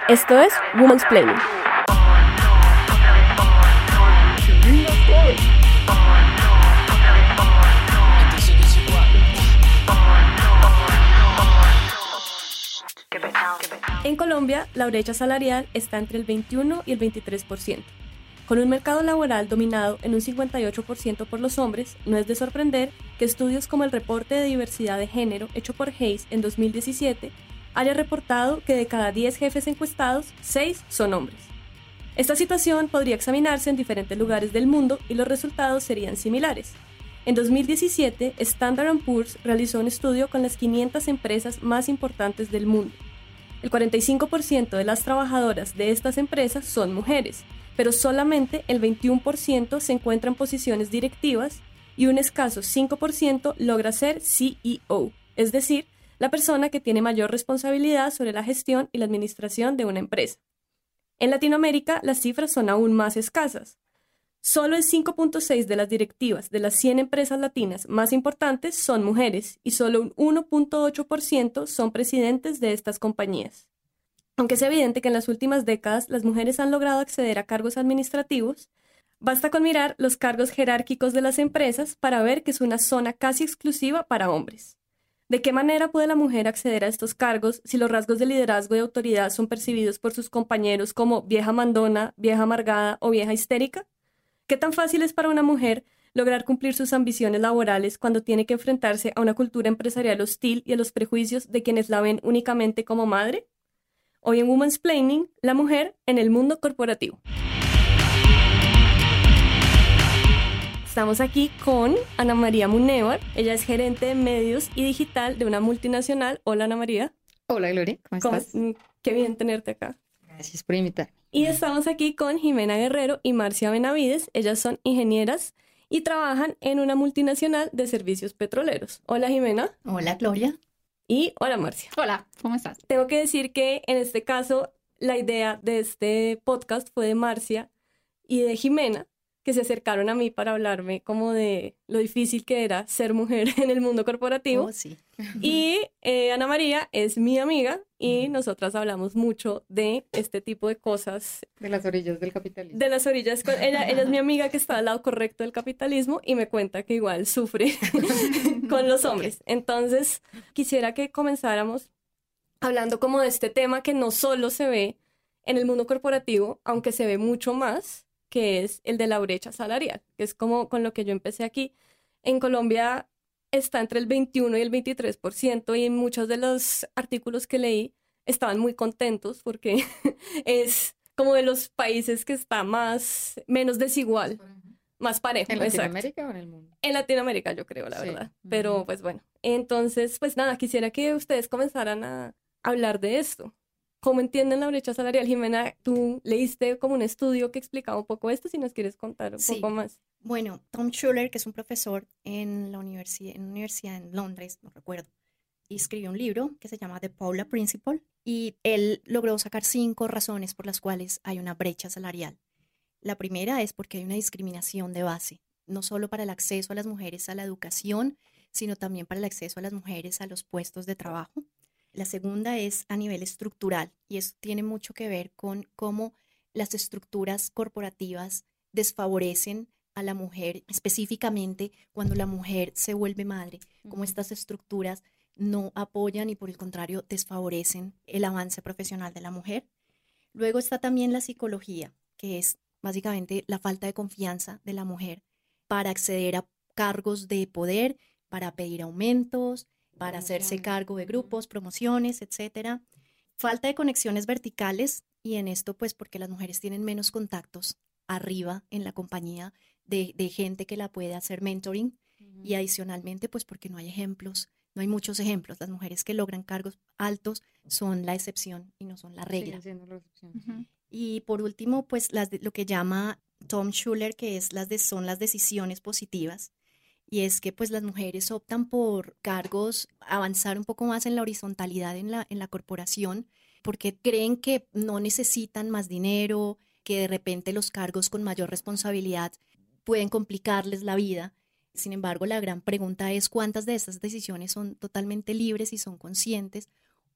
Esto es Women's Planning. En Colombia, la brecha salarial está entre el 21 y el 23%. Con un mercado laboral dominado en un 58% por los hombres, no es de sorprender que estudios como el Reporte de Diversidad de Género hecho por Hayes en 2017 haya reportado que de cada 10 jefes encuestados, 6 son hombres. Esta situación podría examinarse en diferentes lugares del mundo y los resultados serían similares. En 2017, Standard & Poor's realizó un estudio con las 500 empresas más importantes del mundo. El 45% de las trabajadoras de estas empresas son mujeres, pero solamente el 21% se encuentra en posiciones directivas y un escaso 5% logra ser CEO, es decir, la persona que tiene mayor responsabilidad sobre la gestión y la administración de una empresa. En Latinoamérica, las cifras son aún más escasas. Solo el 5.6% de las directivas de las 100 empresas latinas más importantes son mujeres y solo un 1.8% son presidentes de estas compañías. Aunque es evidente que en las últimas décadas las mujeres han logrado acceder a cargos administrativos, basta con mirar los cargos jerárquicos de las empresas para ver que es una zona casi exclusiva para hombres. ¿De qué manera puede la mujer acceder a estos cargos si los rasgos de liderazgo y autoridad son percibidos por sus compañeros como vieja mandona, vieja amargada o vieja histérica? ¿Qué tan fácil es para una mujer lograr cumplir sus ambiciones laborales cuando tiene que enfrentarse a una cultura empresarial hostil y a los prejuicios de quienes la ven únicamente como madre? Hoy en Women's Planning, la mujer en el mundo corporativo. Estamos aquí con Ana María Munévar. Ella es gerente de medios y digital de una multinacional. Hola, Ana María. Hola, Gloria. ¿Cómo estás? Qué bien tenerte acá. Gracias por invitarme. Y estamos aquí con Jimena Guerrero y Marcia Benavides. Ellas son ingenieras y trabajan en una multinacional de servicios petroleros. Hola, Jimena. Hola, Gloria. Y hola, Marcia. Hola, ¿cómo estás? Tengo que decir que en este caso la idea de este podcast fue de Marcia y de Jimena, que se acercaron a mí para hablarme como de lo difícil que era ser mujer en el mundo corporativo. Oh, sí. Y Ana María es mi amiga y nosotras hablamos mucho de este tipo de cosas. De las orillas del capitalismo. De las orillas. Ella es mi amiga que está al lado correcto del capitalismo y me cuenta que igual sufre con los hombres. Entonces, quisiera que comenzáramos hablando como de este tema que no solo se ve en el mundo corporativo, aunque se ve mucho más, que es el de la brecha salarial, que es como con lo que yo empecé aquí. En Colombia está entre el 21 y el 23% y en muchos de los artículos que leí estaban muy contentos porque es como de los países que está menos desigual, más parejo. ¿En Latinoamérica exacto. o en el mundo? En Latinoamérica yo creo, la verdad. Pero pues bueno, entonces pues nada, quisiera que ustedes comenzaran a hablar de esto. ¿Cómo entienden la brecha salarial? Jimena, tú leíste como un estudio que explicaba un poco esto, si nos quieres contar un poco más. Bueno, Tom Schuller, que es un profesor en una universidad en Londres, no recuerdo, y escribió un libro que se llama The Paula Principle, y él logró sacar 5 razones por las cuales hay una brecha salarial. La primera es porque hay una discriminación de base, no solo para el acceso a las mujeres a la educación, sino también para el acceso a las mujeres a los puestos de trabajo. La segunda es a nivel estructural y eso tiene mucho que ver con cómo las estructuras corporativas desfavorecen a la mujer, específicamente cuando la mujer se vuelve madre, cómo estas estructuras no apoyan y por el contrario desfavorecen el avance profesional de la mujer. Luego está también la psicología, que es básicamente la falta de confianza de la mujer para acceder a cargos de poder, para pedir aumentos, para hacerse cargo de grupos, promociones, etcétera. Falta de conexiones verticales y en esto pues porque las mujeres tienen menos contactos arriba en la compañía de gente que la puede hacer mentoring y adicionalmente pues porque no hay ejemplos, no hay muchos ejemplos. Las mujeres que logran cargos altos son la excepción y no son la regla. Siguen siendo la excepción. Y por último pues lo que llama Tom Schuller, que es son las decisiones positivas. Y es que pues las mujeres optan por cargos, avanzar un poco más en la horizontalidad en la corporación, porque creen que no necesitan más dinero, que de repente los cargos con mayor responsabilidad pueden complicarles la vida. Sin embargo, la gran pregunta es cuántas de estas decisiones son totalmente libres y son conscientes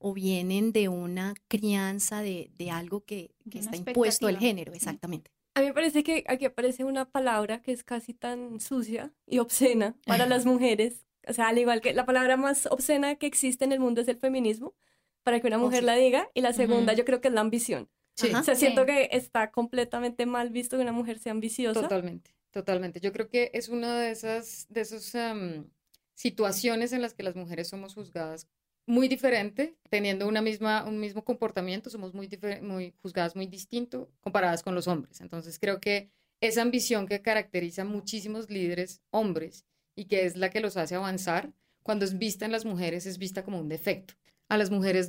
o vienen de una crianza de algo que De está una impuesto el expectativa. género, exactamente. A mí me parece que aquí aparece una palabra que es casi tan sucia y obscena para las mujeres. O sea, al igual que la palabra más obscena que existe en el mundo es el feminismo, para que una mujer sí. la diga. Y la segunda Ujú. yo creo que es la ambición. Sí, Ajá. O sea, siento Sí. que está completamente mal visto que una mujer sea ambiciosa. totalmente, totalmente. Yo creo que es una de esas situaciones en las que las mujeres somos juzgadas muy diferente, teniendo un mismo comportamiento, somos muy juzgadas muy distinto comparadas con los hombres. Entonces creo que esa ambición que caracteriza a muchísimos líderes hombres y que es la que los hace avanzar, cuando es vista en las mujeres es vista como un defecto. A las mujeres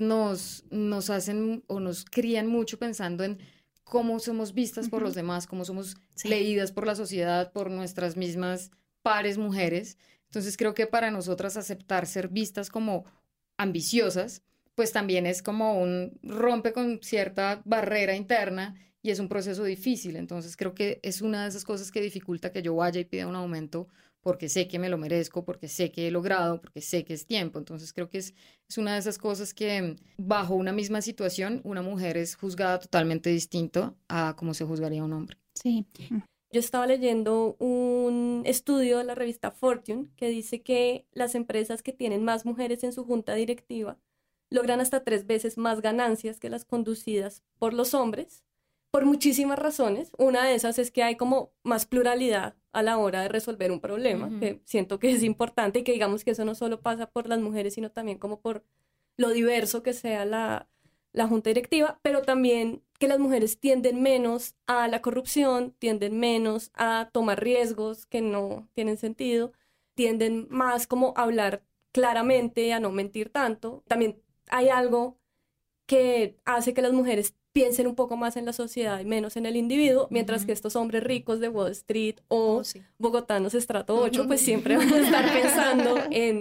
nos hacen o nos crían mucho pensando en cómo somos vistas por Ujú. los demás, cómo somos Sí. leídas por la sociedad, por nuestras mismas pares mujeres. Entonces creo que para nosotras aceptar ser vistas como ambiciosas, pues también es como un rompe con cierta barrera interna y es un proceso difícil. Entonces creo que es una de esas cosas que dificulta que yo vaya y pida un aumento porque sé que me lo merezco, porque sé que he logrado, porque sé que es tiempo. Entonces creo que es una de esas cosas que bajo una misma situación una mujer es juzgada totalmente distinto a como se juzgaría un hombre. Sí. Yo estaba leyendo un estudio de la revista Fortune que dice que las empresas que tienen más mujeres en su junta directiva logran hasta 3 veces más ganancias que las conducidas por los hombres, por muchísimas razones. Una de esas es que hay como más pluralidad a la hora de resolver un problema, Ujú. que siento que es importante y que digamos que eso no solo pasa por las mujeres, sino también como por lo diverso que sea la junta directiva, pero también que las mujeres tienden menos a la corrupción, tienden menos a tomar riesgos que no tienen sentido, tienden más como a hablar claramente, a no mentir tanto. También hay algo que hace que las mujeres piensen un poco más en la sociedad y menos en el individuo, mientras Ujú. que estos hombres ricos de Wall Street o Sí. bogotanos estrato 8, pues siempre van a estar pensando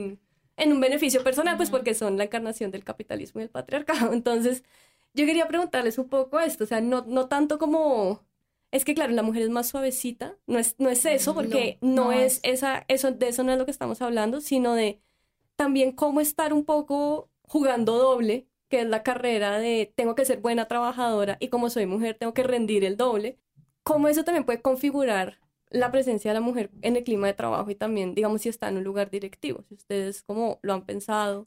en un beneficio personal, pues Ujú. porque son la encarnación del capitalismo y el patriarcado. Entonces, yo quería preguntarles un poco esto, o sea, no tanto como... Es que claro, la mujer es más suavecita, no es eso, Mm, porque no es es. de eso no es lo que estamos hablando, sino de también cómo estar un poco jugando doble, que es la carrera de tengo que ser buena trabajadora y como soy mujer tengo que rendir el doble, cómo eso también puede configurar la presencia de la mujer en el clima de trabajo y también, digamos, si está en un lugar directivo, si ustedes como lo han pensado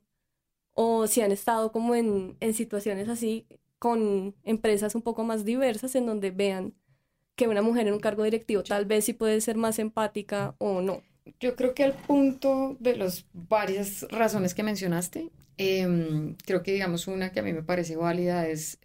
o si han estado como en situaciones así con empresas un poco más diversas en donde vean que una mujer en un cargo directivo tal vez sí puede ser más empática o no. Yo creo que al punto de las varias razones que mencionaste, creo que digamos una que a mí me parece válida es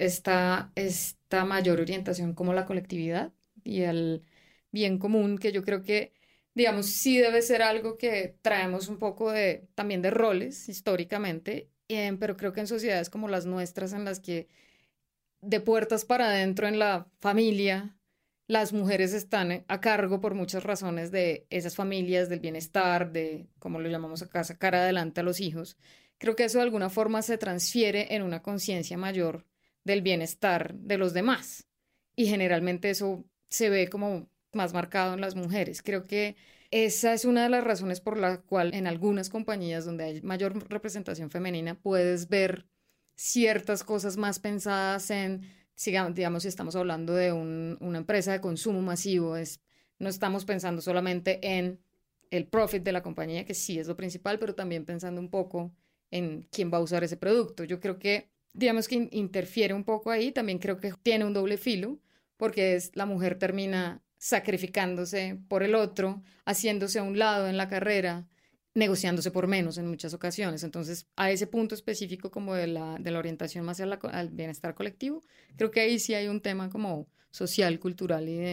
esta mayor orientación como la colectividad y el bien común, que yo creo que digamos sí debe ser algo que traemos un poco de también de roles históricamente, pero creo que en sociedades como las nuestras en las que de puertas para adentro en la familia, las mujeres están a cargo por muchas razones de esas familias, del bienestar, de, como lo llamamos acá, sacar adelante a los hijos. Creo que eso de alguna forma se transfiere en una conciencia mayor del bienestar de los demás. Y generalmente eso se ve como más marcado en las mujeres. Creo que esa es una de las razones por la cual en algunas compañías donde hay mayor representación femenina puedes ver ciertas cosas más pensadas en, digamos, si estamos hablando de una empresa de consumo masivo, no estamos pensando solamente en el profit de la compañía, que sí es lo principal, pero también pensando un poco en quién va a usar ese producto. Yo creo que, digamos que interfiere un poco ahí, también creo que tiene un doble filo, porque la mujer termina sacrificándose por el otro, haciéndose a un lado en la carrera, negociándose por menos en muchas ocasiones. Entonces, a ese punto específico como de la orientación más al bienestar colectivo, creo que ahí sí hay un tema como social, cultural y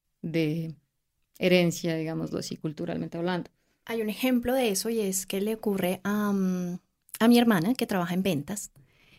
de herencia, digámoslo así, culturalmente hablando. Hay un ejemplo de eso y es que le ocurre a mi hermana que trabaja en ventas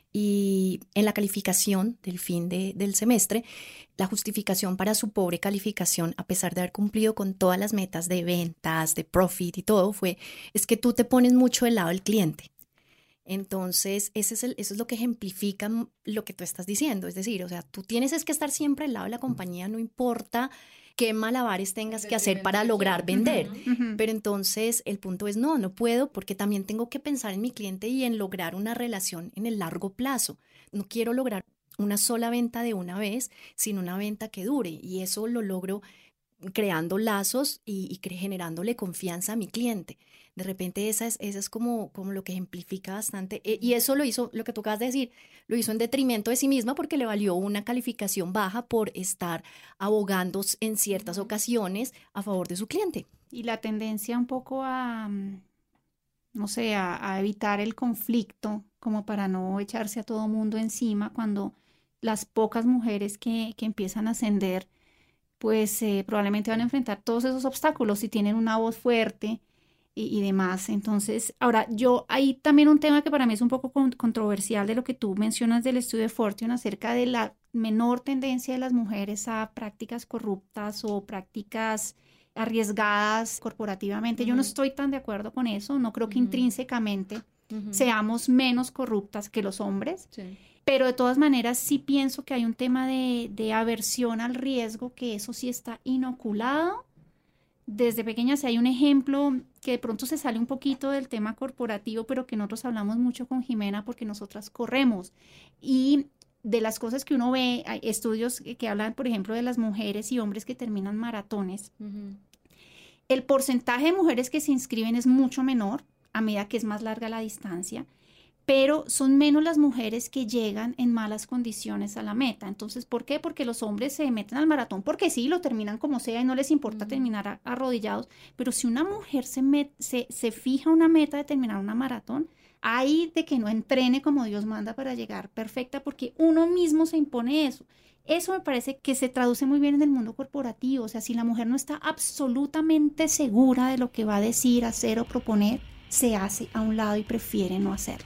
y en la calificación del fin del semestre, la justificación para su pobre calificación, a pesar de haber cumplido con todas las metas de ventas, de profit y todo, es que tú te pones mucho del lado del cliente. Entonces, eso es lo que ejemplifica lo que tú estás diciendo. Es decir, o sea, tú tienes es que estar siempre al lado de la compañía, no importa qué malabares tengas que hacer para lograr vender. Pero entonces el punto es, no puedo, porque también tengo que pensar en mi cliente y en lograr una relación en el largo plazo. No quiero lograr una sola venta de una vez, sino una venta que dure. Y eso lo logro creando lazos y generándole confianza a mi cliente. De repente esa es como lo que ejemplifica bastante. Y eso lo hizo, lo que tú acabas de decir, lo hizo en detrimento de sí misma porque le valió una calificación baja por estar abogando en ciertas ocasiones a favor de su cliente. Y la tendencia un poco no sé, a evitar el conflicto, como para no echarse a todo mundo encima, cuando las pocas mujeres que empiezan a ascender, pues probablemente van a enfrentar todos esos obstáculos si tienen una voz fuerte y demás. Entonces, ahora, hay también un tema que para mí es un poco controversial de lo que tú mencionas del estudio de Fortune acerca de la menor tendencia de las mujeres a prácticas corruptas o prácticas arriesgadas corporativamente. Yo no estoy tan de acuerdo con eso, no creo que intrínsecamente seamos menos corruptas que los hombres. Sí. Pero de todas maneras sí pienso que hay un tema de aversión al riesgo, que eso sí está inoculado. Desde pequeña, si hay un ejemplo que de pronto se sale un poquito del tema corporativo, pero que nosotros hablamos mucho con Jimena porque nosotras corremos. Y de las cosas que uno ve, hay estudios que hablan, por ejemplo, de las mujeres y hombres que terminan maratones. El porcentaje de mujeres que se inscriben es mucho menor a medida que es más larga la distancia, pero son menos las mujeres que llegan en malas condiciones a la meta. Entonces, ¿por qué? Porque los hombres se meten al maratón porque sí, lo terminan como sea y no les importa terminar arrodillados, pero si una mujer se fija una meta de terminar una maratón, hay de que no entrene como Dios manda para llegar perfecta, porque uno mismo se impone eso. Eso me parece que se traduce muy bien en el mundo corporativo. O sea, si la mujer no está absolutamente segura de lo que va a decir, hacer o proponer, se hace a un lado y prefiere no hacerlo.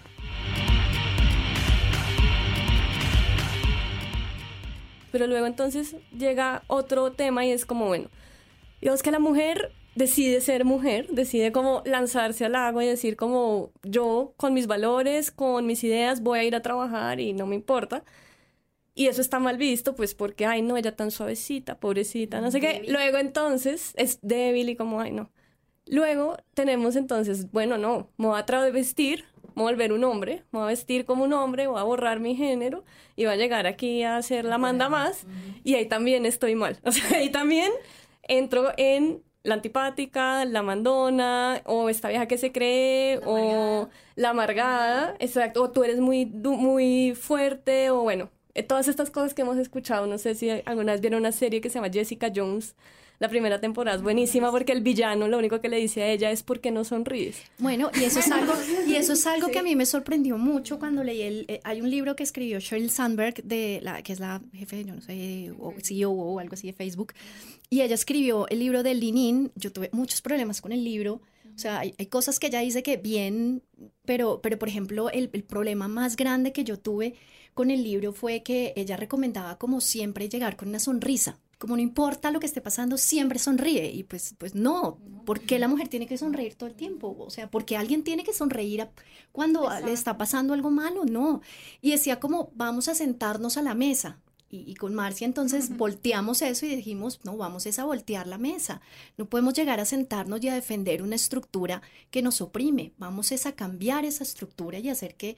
Pero luego entonces llega otro tema y es como, bueno, digamos que la mujer decide ser mujer, decide como lanzarse al agua y decir como yo con mis valores, con mis ideas voy a ir a trabajar y no me importa. Y eso está mal visto, pues porque, ay no, ella tan suavecita, pobrecita, no sé qué. Luego entonces es débil y como, ay no. Luego tenemos entonces, bueno, no, me voy a travestir, me voy a volver un hombre, me voy a vestir como un hombre, voy a borrar mi género y voy a llegar aquí a ser la manda más. Y ahí también estoy mal. O sea, ahí también entro en la antipática, la mandona, o esta vieja que se cree, o la amargada, exacto, o tú eres muy fuerte, o bueno, todas estas cosas que hemos escuchado. No sé si alguna vez vieron una serie que se llama Jessica Jones. La primera temporada es buenísima porque el villano lo único que le dice a ella es ¿por qué no sonríes? Bueno, y eso es algo que a mí me sorprendió mucho cuando leí hay un libro que escribió Sheryl Sandberg, que es la jefe, yo no sé, o CEO o algo así de Facebook, y ella escribió el libro de Lean In. Yo tuve muchos problemas con el libro. O sea, hay cosas que ella dice que bien, pero por ejemplo, el problema más grande que yo tuve con el libro fue que ella recomendaba como siempre llegar con una sonrisa. Como no importa lo que esté pasando, siempre sonríe. Y pues no, ¿por qué la mujer tiene que sonreír todo el tiempo? O sea, ¿por qué alguien tiene que sonreír cuando le está pasando algo malo? No. Y decía como, vamos a sentarnos a la mesa. Y con Marcia entonces volteamos eso y dijimos, no, vamos a voltear la mesa. No podemos llegar a sentarnos y a defender una estructura que nos oprime. Vamos a cambiar esa estructura y hacer que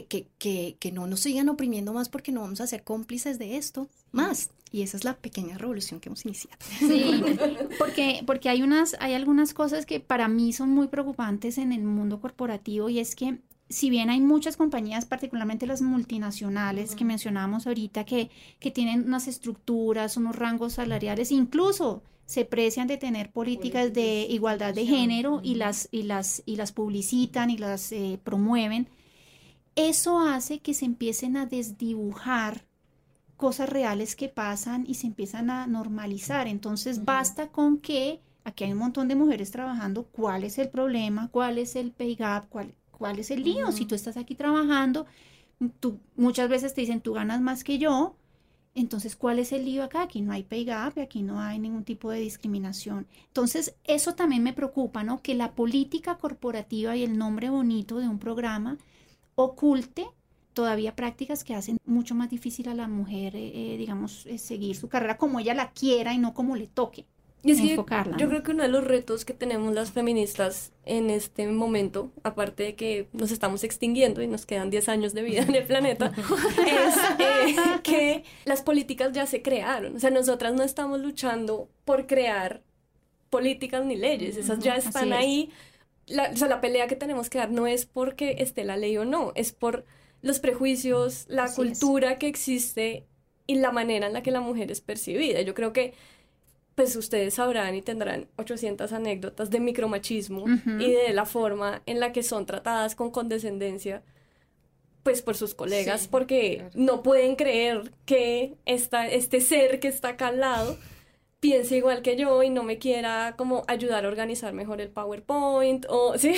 no nos sigan oprimiendo más, porque no vamos a ser cómplices de esto más. Y esa es la pequeña revolución que hemos iniciado. Sí, porque hay algunas cosas que para mí son muy preocupantes en el mundo corporativo, y es que si bien hay muchas compañías, particularmente las multinacionales que mencionábamos ahorita, que tienen unas estructuras, unos rangos salariales, incluso se precian de tener políticas de igualdad de género y las publicitan y las promueven, eso hace que se empiecen a desdibujar cosas reales que pasan y se empiezan a normalizar. Entonces basta con que aquí hay un montón de mujeres trabajando, ¿cuál es el problema? ¿Cuál es el pay gap? ¿Cuál es el lío? Si tú estás aquí trabajando, muchas veces te dicen, tú ganas más que yo, entonces, ¿cuál es el lío acá? Aquí no hay pay gap y aquí no hay ningún tipo de discriminación. Entonces, eso también me preocupa, ¿no? Que la política corporativa y el nombre bonito de un programa oculte todavía prácticas que hacen mucho más difícil a la mujer, digamos, seguir su carrera como ella la quiera y no como le toque. Y es que enfocarla, yo ¿no? creo que uno de los retos que tenemos las feministas en este momento, aparte de que nos estamos extinguiendo y nos quedan 10 años de vida en el planeta, es que las políticas ya se crearon. O sea, nosotras no estamos luchando por crear políticas ni leyes, esas ya están ahí. O sea, la pelea que tenemos que dar no es porque esté la ley o no, es por los prejuicios, la cultura que existe y la manera en la que la mujer es percibida. Yo creo que pues ustedes sabrán y tendrán 800 anécdotas de micromachismo y de la forma en la que son tratadas con condescendencia pues por sus colegas, porque no pueden creer que este ser que está acá al lado piense igual que yo y no me quiera como ayudar a organizar mejor el PowerPoint o sí,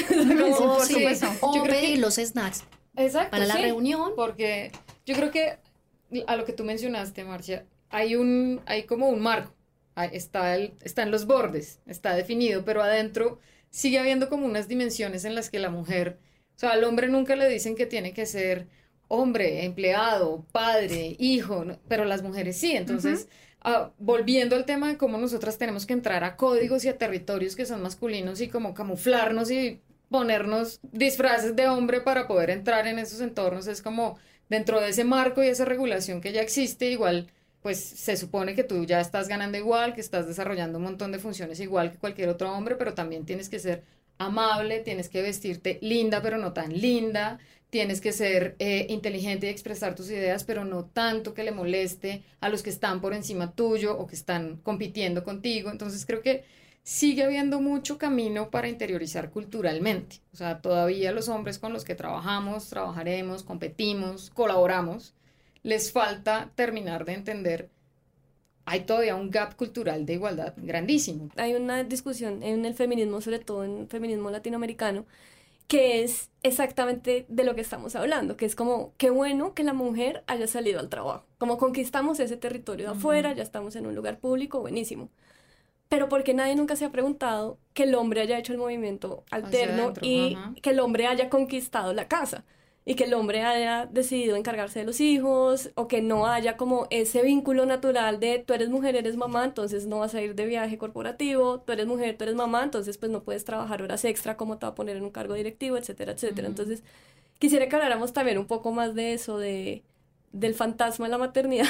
o pedir los snacks para la reunión, porque yo creo que a lo que tú mencionaste, Marcia, hay como un marco. Está en los bordes, está definido, pero adentro sigue habiendo como unas dimensiones en las que la mujer, o sea, al hombre nunca le dicen que tiene que ser hombre, empleado, padre, hijo, ¿no? Pero las mujeres sí, entonces, volviendo al tema de cómo nosotras tenemos que entrar a códigos y a territorios que son masculinos y como camuflarnos y ponernos disfraces de hombre para poder entrar en esos entornos, es como dentro de ese marco y esa regulación que ya existe, igual pues se supone que tú ya estás ganando igual, que estás desarrollando un montón de funciones igual que cualquier otro hombre, pero también tienes que ser amable, tienes que vestirte linda, pero no tan linda, tienes que ser inteligente y expresar tus ideas, pero no tanto que le moleste a los que están por encima tuyo o que están compitiendo contigo. Entonces creo que sigue habiendo mucho camino para interiorizar culturalmente. O sea, todavía los hombres con los que trabajamos, trabajaremos, competimos, colaboramos, les falta terminar de entender, hay todavía un gap cultural de igualdad grandísimo. Hay una discusión en el feminismo, sobre todo en el feminismo latinoamericano, que es exactamente de lo que estamos hablando, que es como, qué bueno que la mujer haya salido al trabajo, como conquistamos ese territorio de afuera, ya estamos en un lugar público, buenísimo. Pero porque nadie nunca se ha preguntado que el hombre haya hecho el movimiento alterno y que el hombre haya conquistado la casa. Y que el hombre haya decidido encargarse de los hijos, o que no haya como ese vínculo natural de tú eres mujer, eres mamá, entonces no vas a ir de viaje corporativo, tú eres mujer, tú eres mamá, entonces pues no puedes trabajar horas extra, como te va a poner en un cargo directivo, etcétera, etcétera. Entonces quisiera que habláramos también un poco más de eso, del fantasma de la maternidad.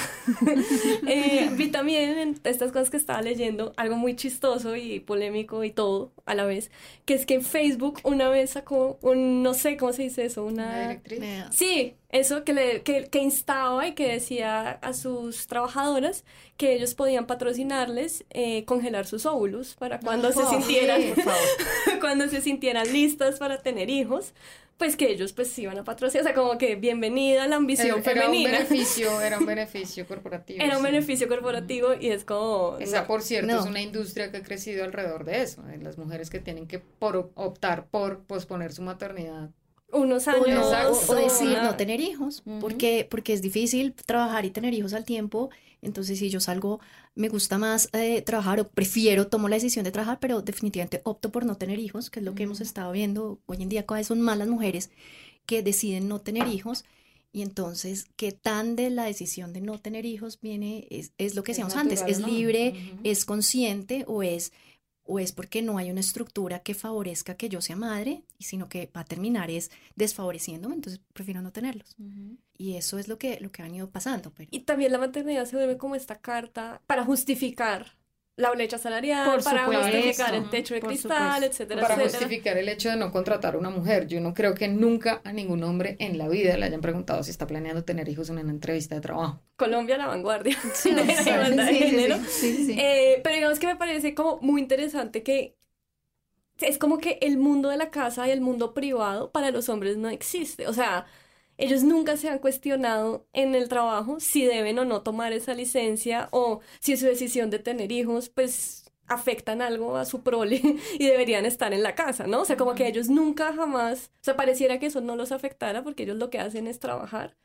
Vi también en estas cosas que estaba leyendo algo muy chistoso y polémico y todo a la vez, que es que Facebook una vez sacó no sé cómo se dice eso, ¿Una directriz? Sí, eso que instaba y que decía a sus trabajadoras que ellos podían patrocinarles congelar sus óvulos para cuando se sintieran cuando se sintieran listas para tener hijos, pues que ellos pues iban a patrocinar, o sea, como que bienvenida a la ambición femenina. Era un beneficio corporativo. Era un beneficio corporativo y es como... Esa, por cierto, es una industria que ha crecido alrededor de eso, de las mujeres que tienen que optar por posponer su maternidad. Unos años. O decir no tener hijos, porque es difícil trabajar y tener hijos al tiempo. Entonces, si yo salgo, me gusta más trabajar o tomo la decisión de trabajar, pero definitivamente opto por no tener hijos, que es lo que hemos estado viendo hoy en día. Cada vez son más las mujeres que deciden no tener hijos. Y entonces, ¿qué tan de la decisión de no tener hijos viene? Es lo que decíamos antes, ¿es libre, es consciente o es porque no hay una estructura que favorezca que yo sea madre, y sino que va a terminar es desfavoreciéndome, entonces prefiero no tenerlos? Y eso es lo que ha venido pasando. Pero... Y también la maternidad se vuelve como esta carta para justificar la brecha salarial, para justificar el techo de cristal, etcétera, para etcétera. Justificar el hecho de no contratar a una mujer. Yo no creo que nunca a ningún hombre en la vida le hayan preguntado si está planeando tener hijos en una entrevista de trabajo. Colombia, la vanguardia de la igualdad de género. Sí. Pero digamos que me parece como muy interesante que es como que el mundo de la casa y el mundo privado para los hombres no existe. O sea, ellos nunca se han cuestionado en el trabajo si deben o no tomar esa licencia o si su decisión de tener hijos pues afectan algo a su prole y deberían estar en la casa, ¿no? O sea, como que ellos nunca jamás, o sea, pareciera que eso no los afectara porque ellos lo que hacen es trabajar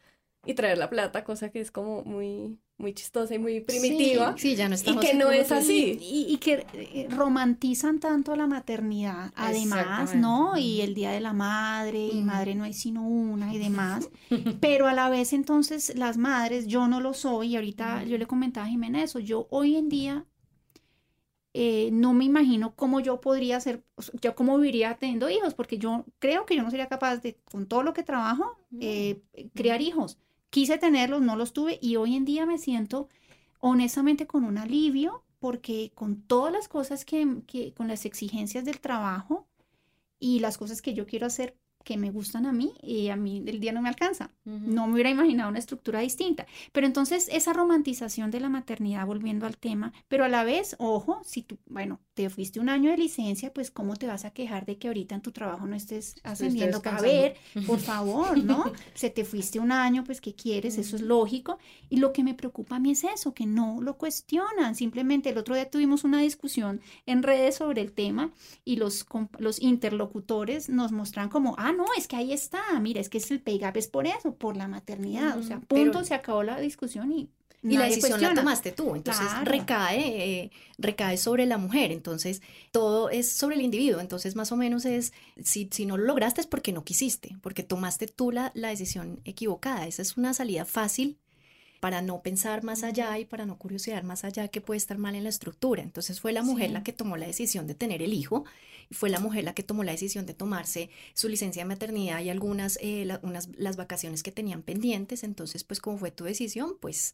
y traer la plata, cosa que es como muy, muy chistosa y muy primitiva. Sí, ya no y estamos que en no como es tú- así. Y que romantizan tanto la maternidad, además, ¿no? Y el Día de la Madre, y madre no hay sino una y demás. Pero a la vez, entonces, las madres, yo no lo soy, y ahorita yo le comentaba a Jimena eso, yo hoy en día no me imagino cómo yo podría ser, o sea, yo cómo viviría teniendo hijos, porque yo creo que yo no sería capaz de, con todo lo que trabajo, criar hijos. Quise tenerlos, no los tuve, y hoy en día me siento honestamente con un alivio, porque con todas las cosas con las exigencias del trabajo y las cosas que yo quiero hacer que me gustan a mí el día no me alcanza. No me hubiera imaginado una estructura distinta. Pero entonces esa romantización de la maternidad, volviendo al tema, pero a la vez, ojo, si tú, bueno, te fuiste un año de licencia, pues ¿cómo te vas a quejar de que ahorita en tu trabajo no estés ascendiendo? A ver, por favor, ¿no? Se te fuiste un año, pues ¿qué quieres? Eso es lógico. Y lo que me preocupa a mí es eso, que no lo cuestionan. Simplemente el otro día tuvimos una discusión en redes sobre el tema y los interlocutores nos mostran como, no, es que ahí está, mira, es que es el pay gap, es por eso, por la maternidad, o sea, punto, pero se acabó la discusión y la nadie decisión cuestiona. la tomaste tú, entonces Claro. recae sobre la mujer, entonces todo es sobre el individuo, entonces más o menos es, si no lo lograste es porque no quisiste, porque tomaste tú la decisión equivocada, esa es una salida fácil para no pensar más allá y para no curiosear más allá que puede estar mal en la estructura. Entonces fue la mujer la que tomó la decisión de tener el hijo, fue la mujer la que tomó la decisión de tomarse su licencia de maternidad y algunas, las vacaciones que tenían pendientes. Entonces, pues como fue tu decisión, pues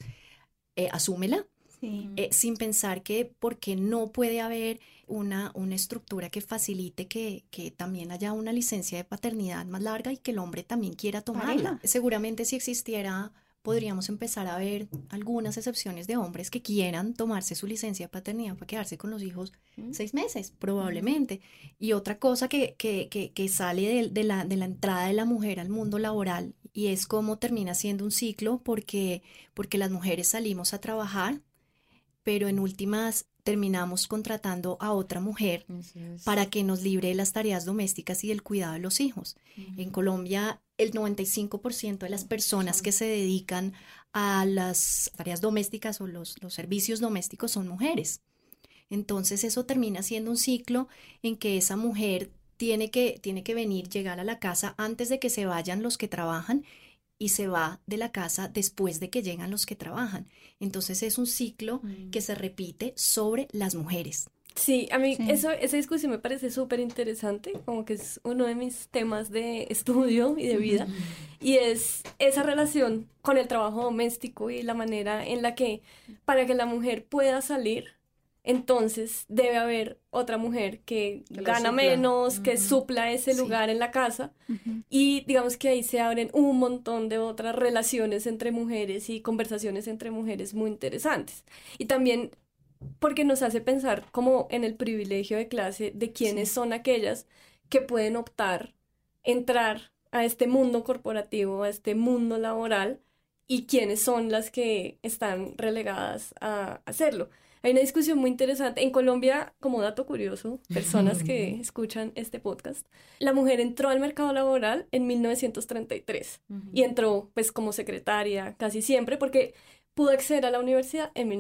asúmela. Sí. Sin pensar que porque no puede haber una estructura que facilite que también haya una licencia de paternidad más larga y que el hombre también quiera tomarla. Seguramente si existiera, podríamos empezar a ver algunas excepciones de hombres que quieran tomarse su licencia de paternidad para quedarse con los hijos 6 meses, probablemente. Y otra cosa que sale de la entrada de la mujer al mundo laboral y es cómo termina siendo un ciclo porque las mujeres salimos a trabajar, pero en últimas terminamos contratando a otra mujer para que nos libre de las tareas domésticas y del cuidado de los hijos. En Colombia, el 95% de las personas que se dedican a las tareas domésticas o los servicios domésticos son mujeres. Entonces eso termina siendo un ciclo en que esa mujer tiene que venir, llegar a la casa antes de que se vayan los que trabajan y se va de la casa después de que llegan los que trabajan. Entonces es un ciclo que se repite sobre las mujeres. Sí, a mí esa discusión me parece súper interesante, como que es uno de mis temas de estudio y de vida, y es esa relación con el trabajo doméstico y la manera en la que para que la mujer pueda salir, entonces debe haber otra mujer que gana menos, que supla ese lugar en la casa, y digamos que ahí se abren un montón de otras relaciones entre mujeres y conversaciones entre mujeres muy interesantes. Y también porque nos hace pensar como en el privilegio de clase de quiénes son aquellas que pueden optar, entrar a este mundo corporativo, a este mundo laboral, y quiénes son las que están relegadas a hacerlo. Hay una discusión muy interesante. En Colombia, como dato curioso, personas que escuchan este podcast, la mujer entró al mercado laboral en 1933 y entró pues como secretaria casi siempre porque pudo acceder a la universidad en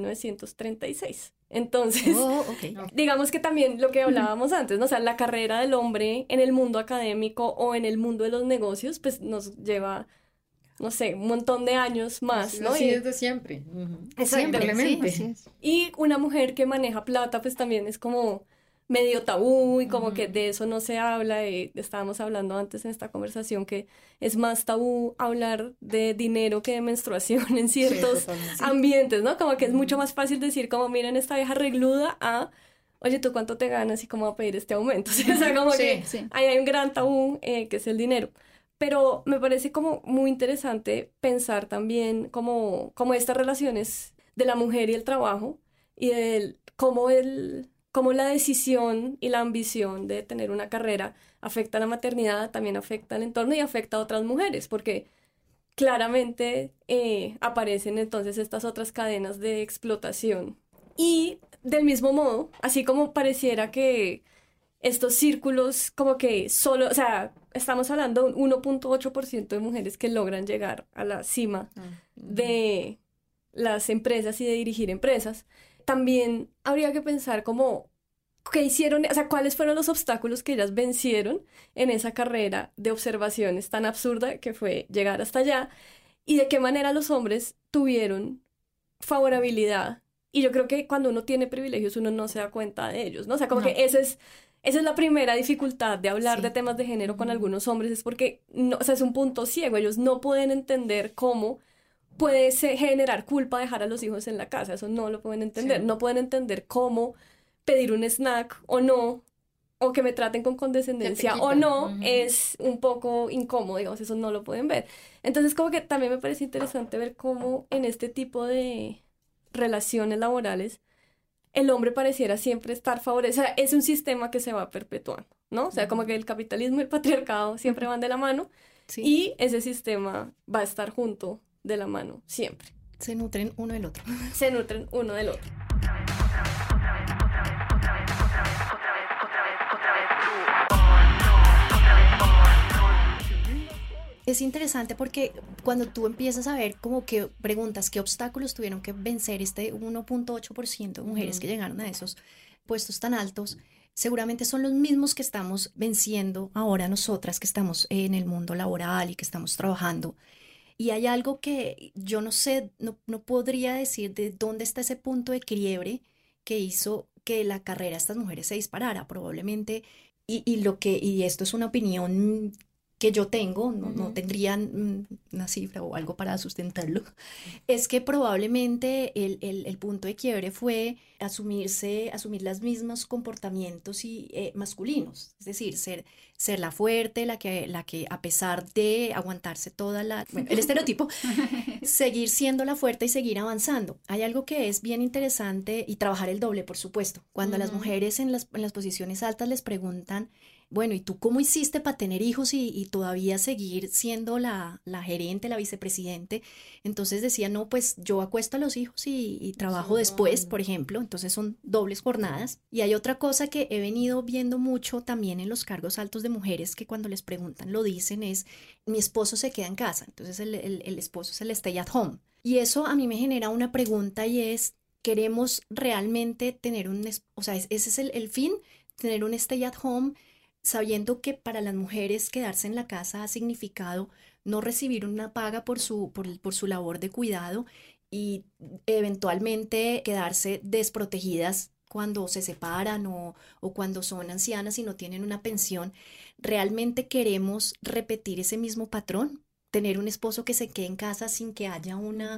1936. Entonces, digamos que también lo que hablábamos antes, ¿no? O sea, la carrera del hombre en el mundo académico o en el mundo de los negocios, pues nos lleva, no sé, un montón de años más, ¿no? Sí, desde siempre. Exactamente. Sí, y una mujer que maneja plata, pues también es como medio tabú y como que de eso no se habla. Estábamos hablando antes en esta conversación que es más tabú hablar de dinero que de menstruación en ciertos ambientes, ¿no? Como que es mucho más fácil decir como, miren esta vieja regluda a, oye, ¿tú cuánto te ganas y cómo va a pedir este aumento? O sea, como que ahí hay un gran tabú que es el dinero. Pero me parece como muy interesante pensar también como estas relaciones de la mujer y el trabajo y cómo la decisión y la ambición de tener una carrera afecta a la maternidad, también afecta al entorno y afecta a otras mujeres, porque claramente aparecen entonces estas otras cadenas de explotación. Y del mismo modo, así como pareciera que estos círculos como que solo, o sea, estamos hablando de un 1.8% de mujeres que logran llegar a la cima de las empresas y de dirigir empresas. También habría que pensar como qué hicieron, o sea, cuáles fueron los obstáculos que ellas vencieron en esa carrera de observaciones tan absurda que fue llegar hasta allá y de qué manera los hombres tuvieron favorabilidad. Y yo creo que cuando uno tiene privilegios uno no se da cuenta de ellos, ¿no? O sea, como que esa es la primera dificultad de hablar de temas de género con algunos hombres, es porque, no, o sea, es un punto ciego, ellos no pueden entender cómo puede generar culpa dejar a los hijos en la casa, eso no lo pueden entender, no pueden entender cómo pedir un snack o no, o que me traten con condescendencia o no, es un poco incómodo, digamos, eso no lo pueden ver. Entonces, como que también me parece interesante ver cómo en este tipo de relaciones laborales el hombre pareciera siempre estar favorecido, o sea, es un sistema que se va perpetuando, ¿no? O sea, como que el capitalismo y el patriarcado siempre van de la mano y ese sistema va a estar junto de la mano siempre. Se nutren uno del otro. Se nutren uno del otro. Es interesante porque cuando tú empiezas a ver como que preguntas qué obstáculos tuvieron que vencer este 1.8% de mujeres que llegaron a esos puestos tan altos, seguramente son los mismos que estamos venciendo ahora nosotras que estamos en el mundo laboral y que estamos trabajando. Y hay algo que yo no sé, no podría decir de dónde está ese punto de quiebre que hizo que la carrera de estas mujeres se disparara, probablemente, y esto es una opinión que yo tengo, no tendrían una cifra o algo para sustentarlo, es que probablemente el punto de quiebre fue asumir los mismos comportamientos masculinos, es decir, ser la fuerte, la que a pesar de aguantarse el estereotipo, seguir siendo la fuerte y seguir avanzando. Hay algo que es bien interesante y trabajar el doble, por supuesto. Cuando a las mujeres en las posiciones altas les preguntan, bueno, ¿y tú cómo hiciste para tener hijos y todavía seguir siendo la gerente, la vicepresidente? Entonces decía, no, pues yo acuesto a los hijos y trabajo después, por ejemplo. Entonces son dobles jornadas. Y hay otra cosa que he venido viendo mucho también en los cargos altos de mujeres que cuando les preguntan lo dicen es, mi esposo se queda en casa. Entonces el esposo es el stay at home. Y eso a mí me genera una pregunta y es, ¿queremos realmente tener o sea, ese es el fin, tener un stay at home, sabiendo que para las mujeres quedarse en la casa ha significado no recibir una paga por su labor de cuidado y eventualmente quedarse desprotegidas cuando se separan o cuando son ancianas y no tienen una pensión? ¿Realmente queremos repetir ese mismo patrón? ¿Tener un esposo que se quede en casa sin que haya una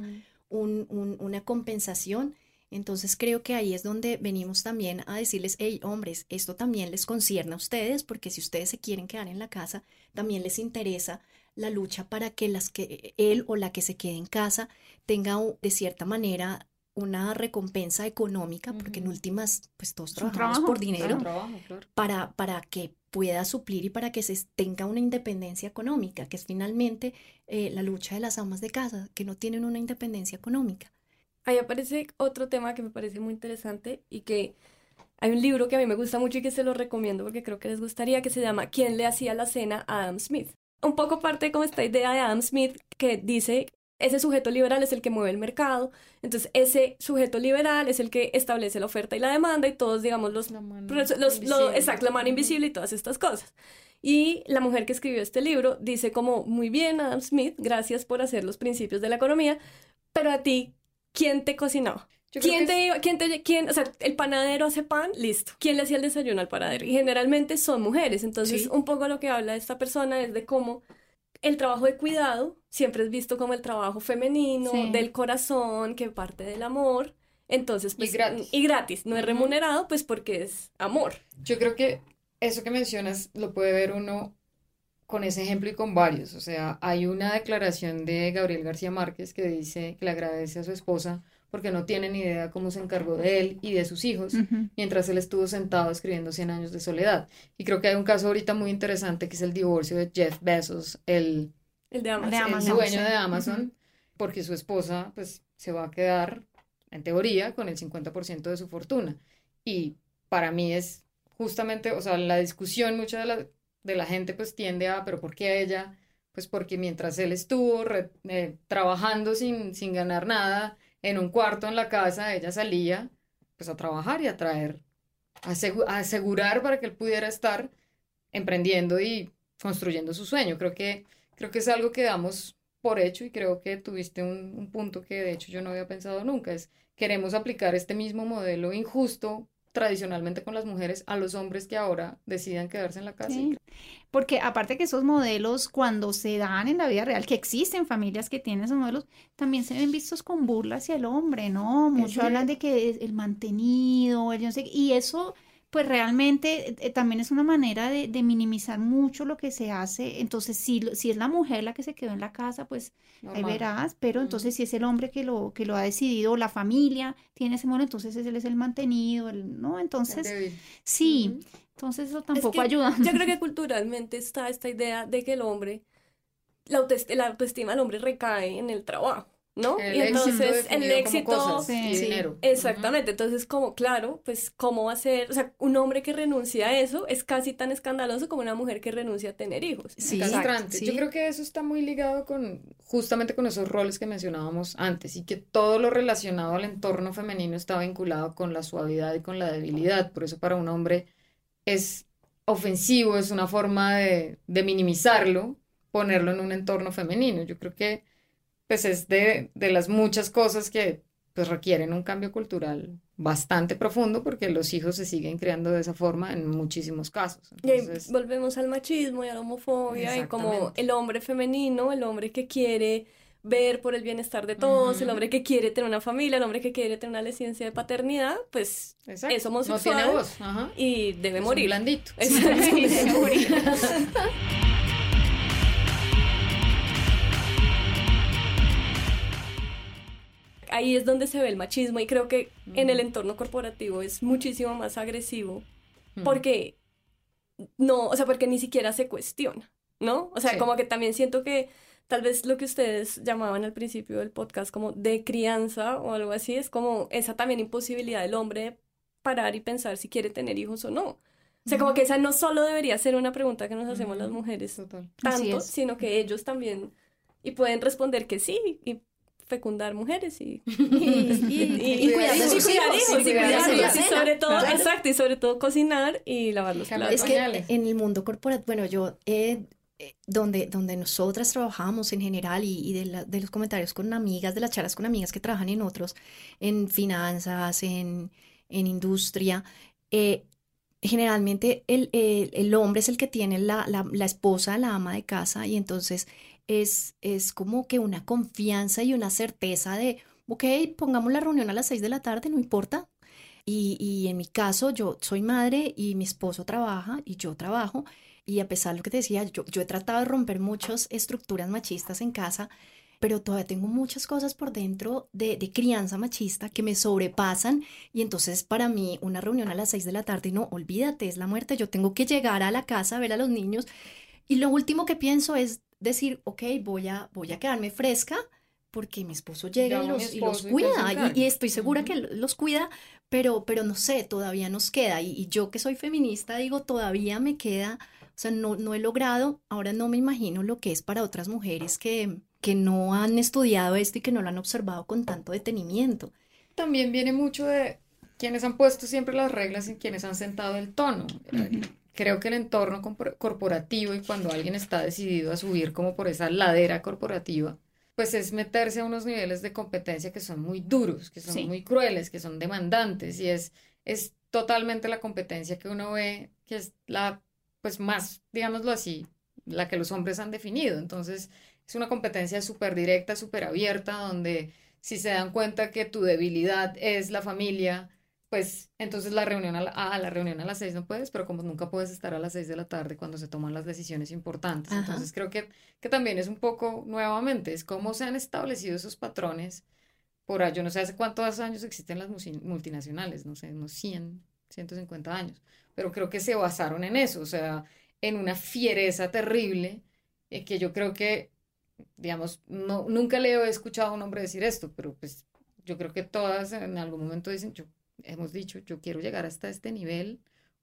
compensación? Entonces creo que ahí es donde venimos también a decirles, hey, hombres, esto también les concierne a ustedes, porque si ustedes se quieren quedar en la casa, también les interesa la lucha para que él o la que se quede en casa tenga de cierta manera una recompensa económica, porque en últimas, pues todos trabajamos por dinero, para que pueda suplir y para que se tenga una independencia económica, que es finalmente la lucha de las amas de casa, que no tienen una independencia económica. Ahí aparece otro tema que me parece muy interesante y que hay un libro que a mí me gusta mucho y que se lo recomiendo porque creo que les gustaría, que se llama ¿Quién le hacía la cena a Adam Smith? Un poco parte como esta idea de Adam Smith que dice, ese sujeto liberal es el que mueve el mercado, entonces ese sujeto liberal es el que establece la oferta y la demanda y todos, digamos, la mano invisible y todas estas cosas. Y la mujer que escribió este libro dice como, muy bien, Adam Smith, gracias por hacer los principios de la economía, pero a ti, ¿quién te cocinaba? O sea, el panadero hace pan, listo. ¿Quién le hacía el desayuno al panadero? Y generalmente son mujeres. Entonces, un poco lo que habla esta persona es de cómo el trabajo de cuidado siempre es visto como el trabajo femenino, del corazón, que parte del amor. Entonces, pues, y gratis. No es remunerado, pues, porque es amor. Yo creo que eso que mencionas lo puede ver uno con ese ejemplo y con varios. O sea, hay una declaración de Gabriel García Márquez que dice que le agradece a su esposa porque no tiene ni idea cómo se encargó de él y de sus hijos mientras él estuvo sentado escribiendo 100 años de soledad. Y creo que hay un caso ahorita muy interesante que es el divorcio de Jeff Bezos, el de Amazon. El dueño de Amazon, porque su esposa pues se va a quedar, en teoría, con el 50% de su fortuna. Y para mí es justamente, o sea, la discusión mucha de la gente pues tiende a, pero ¿por qué a ella? Pues porque mientras él estuvo trabajando sin ganar nada en un cuarto en la casa, ella salía pues a trabajar y a traer, a asegurar para que él pudiera estar emprendiendo y construyendo su sueño. Creo que es algo que damos por hecho y creo que tuviste un punto que de hecho yo no había pensado nunca, es queremos aplicar este mismo modelo injusto tradicionalmente con las mujeres a los hombres que ahora decidan quedarse en la casa. Sí, porque aparte que esos modelos cuando se dan en la vida real, que existen familias que tienen esos modelos, también se ven vistos con burla hacia el hombre, ¿no? Muchos hablan de que es el mantenido, el yo no sé, y eso pues realmente también es una manera de minimizar mucho lo que se hace. Entonces, si es la mujer la que se quedó en la casa, pues ahí Normal. verás, pero entonces si es el hombre que lo ha decidido, la familia tiene ese modelo, entonces él es el mantenido, ¿no? El Entonces, débil. sí, entonces eso Es tampoco que ayuda. yo creo que culturalmente está esta idea de que el hombre, la autoestima del hombre recae en el trabajo, ¿no? El Y éxito entonces el definido como éxito, cosas y Sí. dinero. exactamente, entonces como claro, pues cómo va a ser, o sea, un hombre que renuncia a eso es casi tan escandaloso como una mujer que renuncia a tener hijos. Sí, Castrante. sí. Yo creo que eso está muy ligado con justamente con esos roles que mencionábamos antes y que todo lo relacionado al entorno femenino está vinculado con la suavidad y con la debilidad. Por eso para un hombre es ofensivo, es una forma de minimizarlo, ponerlo en un entorno femenino. Yo creo que pues es de las muchas cosas que pues requieren un cambio cultural bastante profundo porque los hijos se siguen creando de esa forma en muchísimos casos. Y ahí Entonces, volvemos al machismo y a la homofobia y como exactamente. el hombre femenino, el hombre que quiere ver por el bienestar de todos, el Ujú. hombre que quiere tener una familia, el hombre que quiere tener una licencia de paternidad, pues Exacto. es No homosexual tiene voz. Ajá. y debe Es un morir. blandito. Exacto. Sí, debe morir. Ahí es donde se ve el machismo y creo que en el Ujú. entorno corporativo es muchísimo más agresivo Ujú. porque no, o sea, porque ni siquiera se cuestiona, ¿no? O sea, Sí. como que también siento que tal vez lo que ustedes llamaban al principio del podcast como de crianza o algo así, es como esa también imposibilidad del hombre de parar y pensar si quiere tener hijos o no. O sea, como que esa no solo debería ser una pregunta que nos hacemos las Ujú. mujeres Total. Así tanto, es. sino que ellos también, y pueden responder que sí, y fecundar mujeres Y cuidar de y sus cuidar hijos, hijos, y y cuidar hacer la hijos, y cena, sobre todo, claro. exacto, y sobre todo cocinar y lavar los Cambiar platos. Es que pañales. en el mundo corporativo, bueno, yo donde nosotras trabajamos en general y de los comentarios con amigas, de las charlas con amigas que trabajan en otros, en finanzas, en industria, eh, generalmente el hombre es el que tiene la esposa, la ama de casa, y entonces es como que una confianza y una certeza de, ok, pongamos la reunión a las 6 de la tarde, no importa. Y en mi caso, yo soy madre y mi esposo trabaja y yo trabajo. Y a pesar de lo que te decía, yo he tratado de romper muchas estructuras machistas en casa, pero todavía tengo muchas cosas por dentro de crianza machista que me sobrepasan. Y entonces para mí una reunión a las 6 de la tarde, no, olvídate, es la muerte. Yo tengo que llegar a la casa a ver a los niños. Y lo último que pienso es decir, ok, voy a quedarme fresca porque mi esposo llega Llamo a mi y los esposo y que él se cuida. encargue. Y estoy segura que Ujú. los cuida, pero no sé, todavía nos queda. Y yo que soy feminista digo, todavía me queda, o sea, no he logrado, ahora no me imagino lo que es para otras mujeres que no han estudiado esto y que no lo han observado con tanto detenimiento. También viene mucho de quienes han puesto siempre las reglas y quienes han sentado el tono. Ujú. Creo que el entorno corporativo y cuando alguien está decidido a subir como por esa ladera corporativa, pues es meterse a unos niveles de competencia que son muy duros, que son Sí. muy crueles, que son demandantes y es totalmente la competencia que uno ve que es la, pues más, digámoslo así, la que los hombres han definido. Entonces es una competencia súper directa, súper abierta, donde si se dan cuenta que tu debilidad es la familia, pues entonces la reunión la reunión a las 6 no puedes, pero como nunca puedes estar a las 6 de la tarde cuando se toman las decisiones importantes. Ajá. Entonces creo que también es un poco, nuevamente, es cómo se han establecido esos patrones por ahí. Yo no sé hace cuántos años existen las multinacionales, no sé, unos 100, 150 años, pero creo que se basaron en eso, o sea, en una fiereza terrible, que yo creo que, digamos, no, nunca le he escuchado a un hombre decir esto, pero pues yo creo que todas en algún momento dicen, hemos dicho, yo quiero llegar hasta este nivel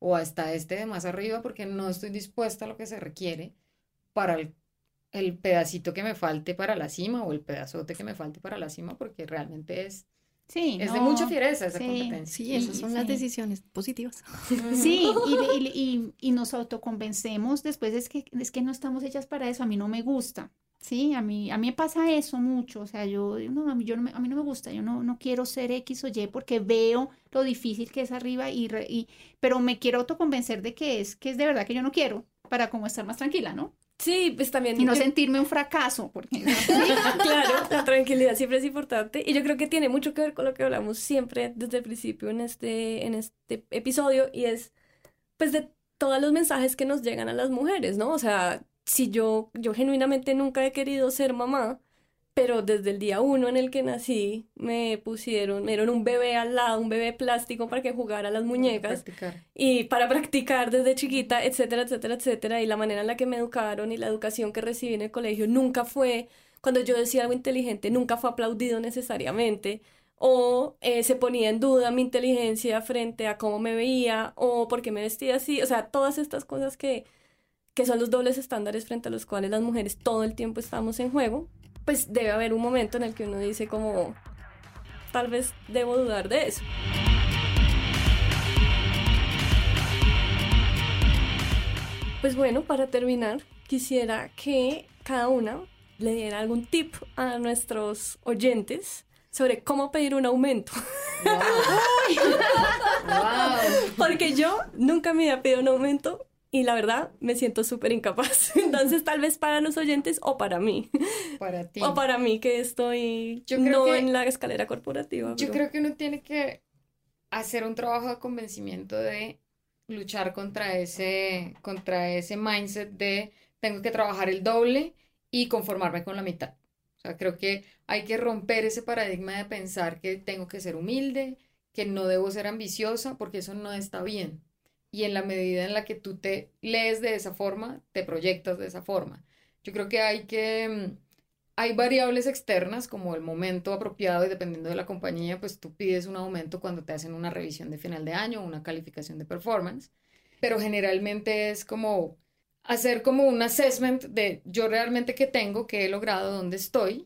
o hasta este de más arriba porque no estoy dispuesta a lo que se requiere para el pedacito que me falte para la cima o el pedazote que me falte para la cima porque realmente Sí, es de no, mucha fiereza esa sí, competencia. Sí, esas son las sí. decisiones positivas. Sí, y nos autoconvencemos después, es que no estamos hechas para eso, a mí no me gusta, ¿sí? A mí me pasa eso mucho, o sea, no, a mí no me gusta, yo no quiero ser X o Y porque veo lo difícil que es arriba, pero me quiero autoconvencer de que es de verdad que yo no quiero, para como estar más tranquila, ¿no? Sí, pues también Y no sentirme un fracaso, porque claro, la tranquilidad siempre es importante y yo creo que tiene mucho que ver con lo que hablamos siempre desde el principio en este episodio y es pues de todos los mensajes que nos llegan a las mujeres, ¿no? O sea, si yo genuinamente nunca he querido ser mamá, pero desde el día uno en el que nací me dieron un bebé al lado, un bebé plástico para que jugara a las muñecas Practicar. y para practicar desde chiquita, etcétera, etcétera, etcétera. Y la manera en la que me educaron y la educación que recibí en el colegio nunca fue, cuando yo decía algo inteligente, nunca fue aplaudido necesariamente. O se ponía en duda mi inteligencia frente a cómo me veía o por qué me vestía así. O sea, todas estas cosas que son los dobles estándares frente a los cuales las mujeres todo el tiempo estamos en juego, pues debe haber un momento en el que uno dice como, tal vez debo dudar de eso. Pues bueno, para terminar, quisiera que cada una le diera algún tip a nuestros oyentes sobre cómo pedir un aumento. Wow. Porque yo nunca me había pedido un aumento y la verdad me siento súper incapaz. Entonces tal vez para los oyentes o para mí. Para ti. O para mí que estoy Yo creo no que- en la escalera corporativa. Yo pero- creo que uno tiene que hacer un trabajo de convencimiento de luchar contra ese mindset de tengo que trabajar el doble y conformarme con la mitad. O sea, creo que hay que romper ese paradigma de pensar que tengo que ser humilde, que no debo ser ambiciosa, porque eso no está bien. Y en la medida en la que tú te lees de esa forma, te proyectas de esa forma. Yo creo que hay variables externas como el momento apropiado y dependiendo de la compañía, pues tú pides un aumento cuando te hacen una revisión de final de año o una calificación de performance, pero generalmente es como hacer como un assessment de yo realmente qué tengo, qué he logrado, dónde estoy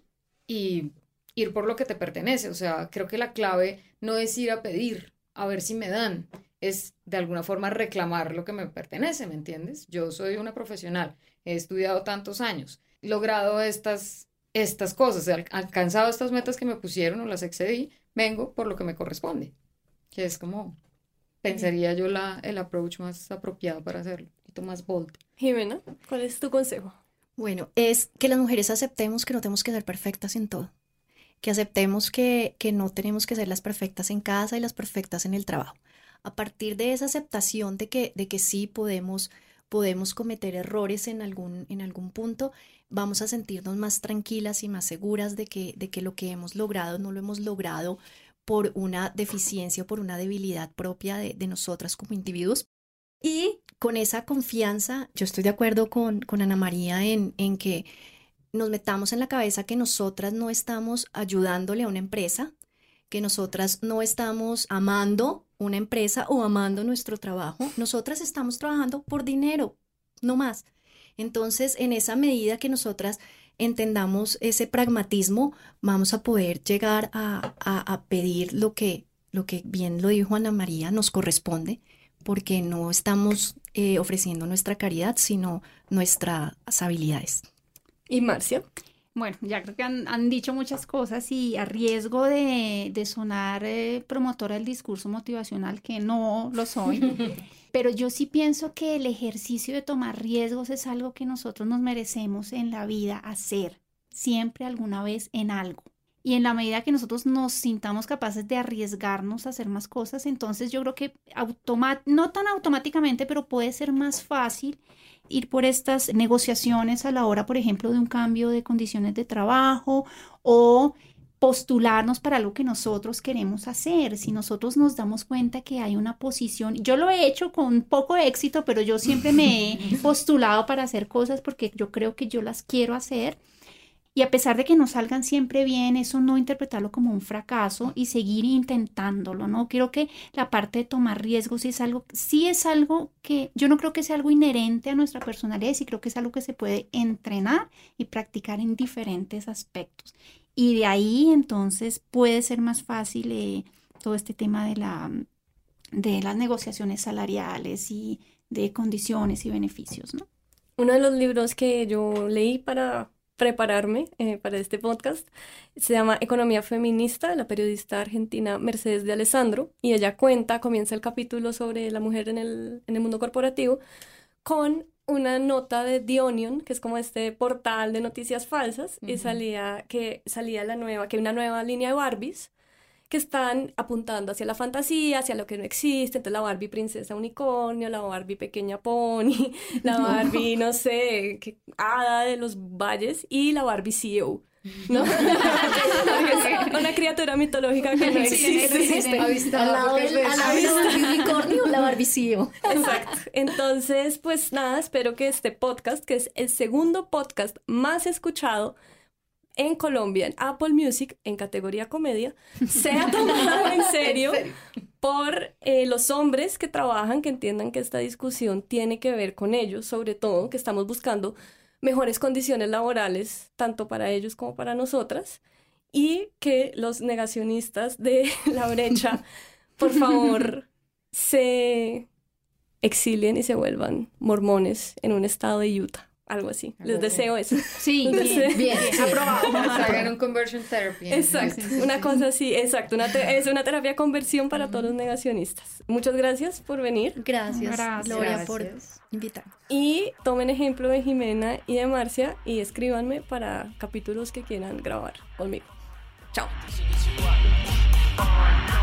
y ir por lo que te pertenece. O sea, creo que la clave no es ir a pedir a ver si me dan, es de alguna forma reclamar lo que me pertenece, ¿me entiendes? Yo soy una profesional, he estudiado tantos años, he logrado estas cosas, he alcanzado estas metas que me pusieron o las excedí, vengo por lo que me corresponde, que es como, pensaría yo el approach más apropiado para hacerlo, un poquito más bold. Jimena, ¿cuál es tu consejo? Bueno, es que las mujeres aceptemos que no tenemos que ser perfectas en todo, que aceptemos que no tenemos que ser las perfectas en casa y las perfectas en el trabajo. A partir de esa aceptación de que sí podemos cometer errores en algún punto, vamos a sentirnos más tranquilas y más seguras de que lo que hemos logrado no lo hemos logrado por una deficiencia o por una debilidad propia de nosotras como individuos. Y con esa confianza, yo estoy de acuerdo con Ana María en que nos metamos en la cabeza que nosotras no estamos ayudándole a una empresa, que nosotras no estamos amando una empresa o amando nuestro trabajo, nosotras estamos trabajando por dinero, no más. Entonces, en esa medida que nosotras entendamos ese pragmatismo, vamos a poder llegar a pedir lo que bien lo dijo Ana María, nos corresponde, porque no estamos ofreciendo nuestra caridad, sino nuestras habilidades. ¿Y Marcia? Bueno, ya creo que han dicho muchas cosas y a riesgo de sonar promotora del discurso motivacional, que no lo soy, pero yo sí pienso que el ejercicio de tomar riesgos es algo que nosotros nos merecemos en la vida hacer, siempre alguna vez en algo. Y en la medida que nosotros nos sintamos capaces de arriesgarnos a hacer más cosas, entonces yo creo que no tan automáticamente, pero puede ser más fácil ir por estas negociaciones a la hora, por ejemplo, de un cambio de condiciones de trabajo o postularnos para algo que nosotros queremos hacer. Si nosotros nos damos cuenta que hay una posición, yo lo he hecho con poco éxito, pero yo siempre me he postulado para hacer cosas porque yo creo que yo las quiero hacer. Y a pesar de que no salgan siempre bien, eso no interpretarlo como un fracaso y seguir intentándolo, ¿no? Creo que la parte de tomar riesgos sí es algo que yo no creo que sea algo inherente a nuestra personalidad, sí creo que es algo que se puede entrenar y practicar en diferentes aspectos. Y de ahí entonces puede ser más fácil todo este tema de las negociaciones salariales y de condiciones y beneficios, ¿no? Uno de los libros que yo leí para prepararme para este podcast se llama Economía Feminista, de la periodista argentina Mercedes de Alessandro, y ella comienza el capítulo sobre la mujer en el mundo corporativo con una nota de The Onion, que es como este portal de noticias falsas, y salía que hay una nueva línea de Barbies que están apuntando hacia la fantasía, hacia lo que no existe. Entonces la Barbie princesa unicornio, la Barbie pequeña pony, la Barbie, no sé, hada de los valles, y la Barbie CEO, ¿no? Una criatura mitológica que no existe. Al lado de la Barbie unicornio, la Barbie CEO. Exacto. Entonces, pues nada, espero que este podcast, que es el segundo podcast más escuchado en Colombia, en Apple Music, en categoría comedia, sea tomado en serio por los hombres que trabajan, que entiendan que esta discusión tiene que ver con ellos, sobre todo, que estamos buscando mejores condiciones laborales, tanto para ellos como para nosotras, y que los negacionistas de la brecha, por favor, se exilien y se vuelvan mormones en un estado de Utah. Algo así. Les deseo eso. Sí, bien. Aprobado. Hagan un conversion therapy. Exacto. Una cosa así, exacto. Es una terapia de conversión para todos los negacionistas. Muchas gracias por venir. Gracias, Gloria, por invitarme. Y tomen ejemplo de Jimena y de Marcia y escríbanme para capítulos que quieran grabar conmigo. Chao.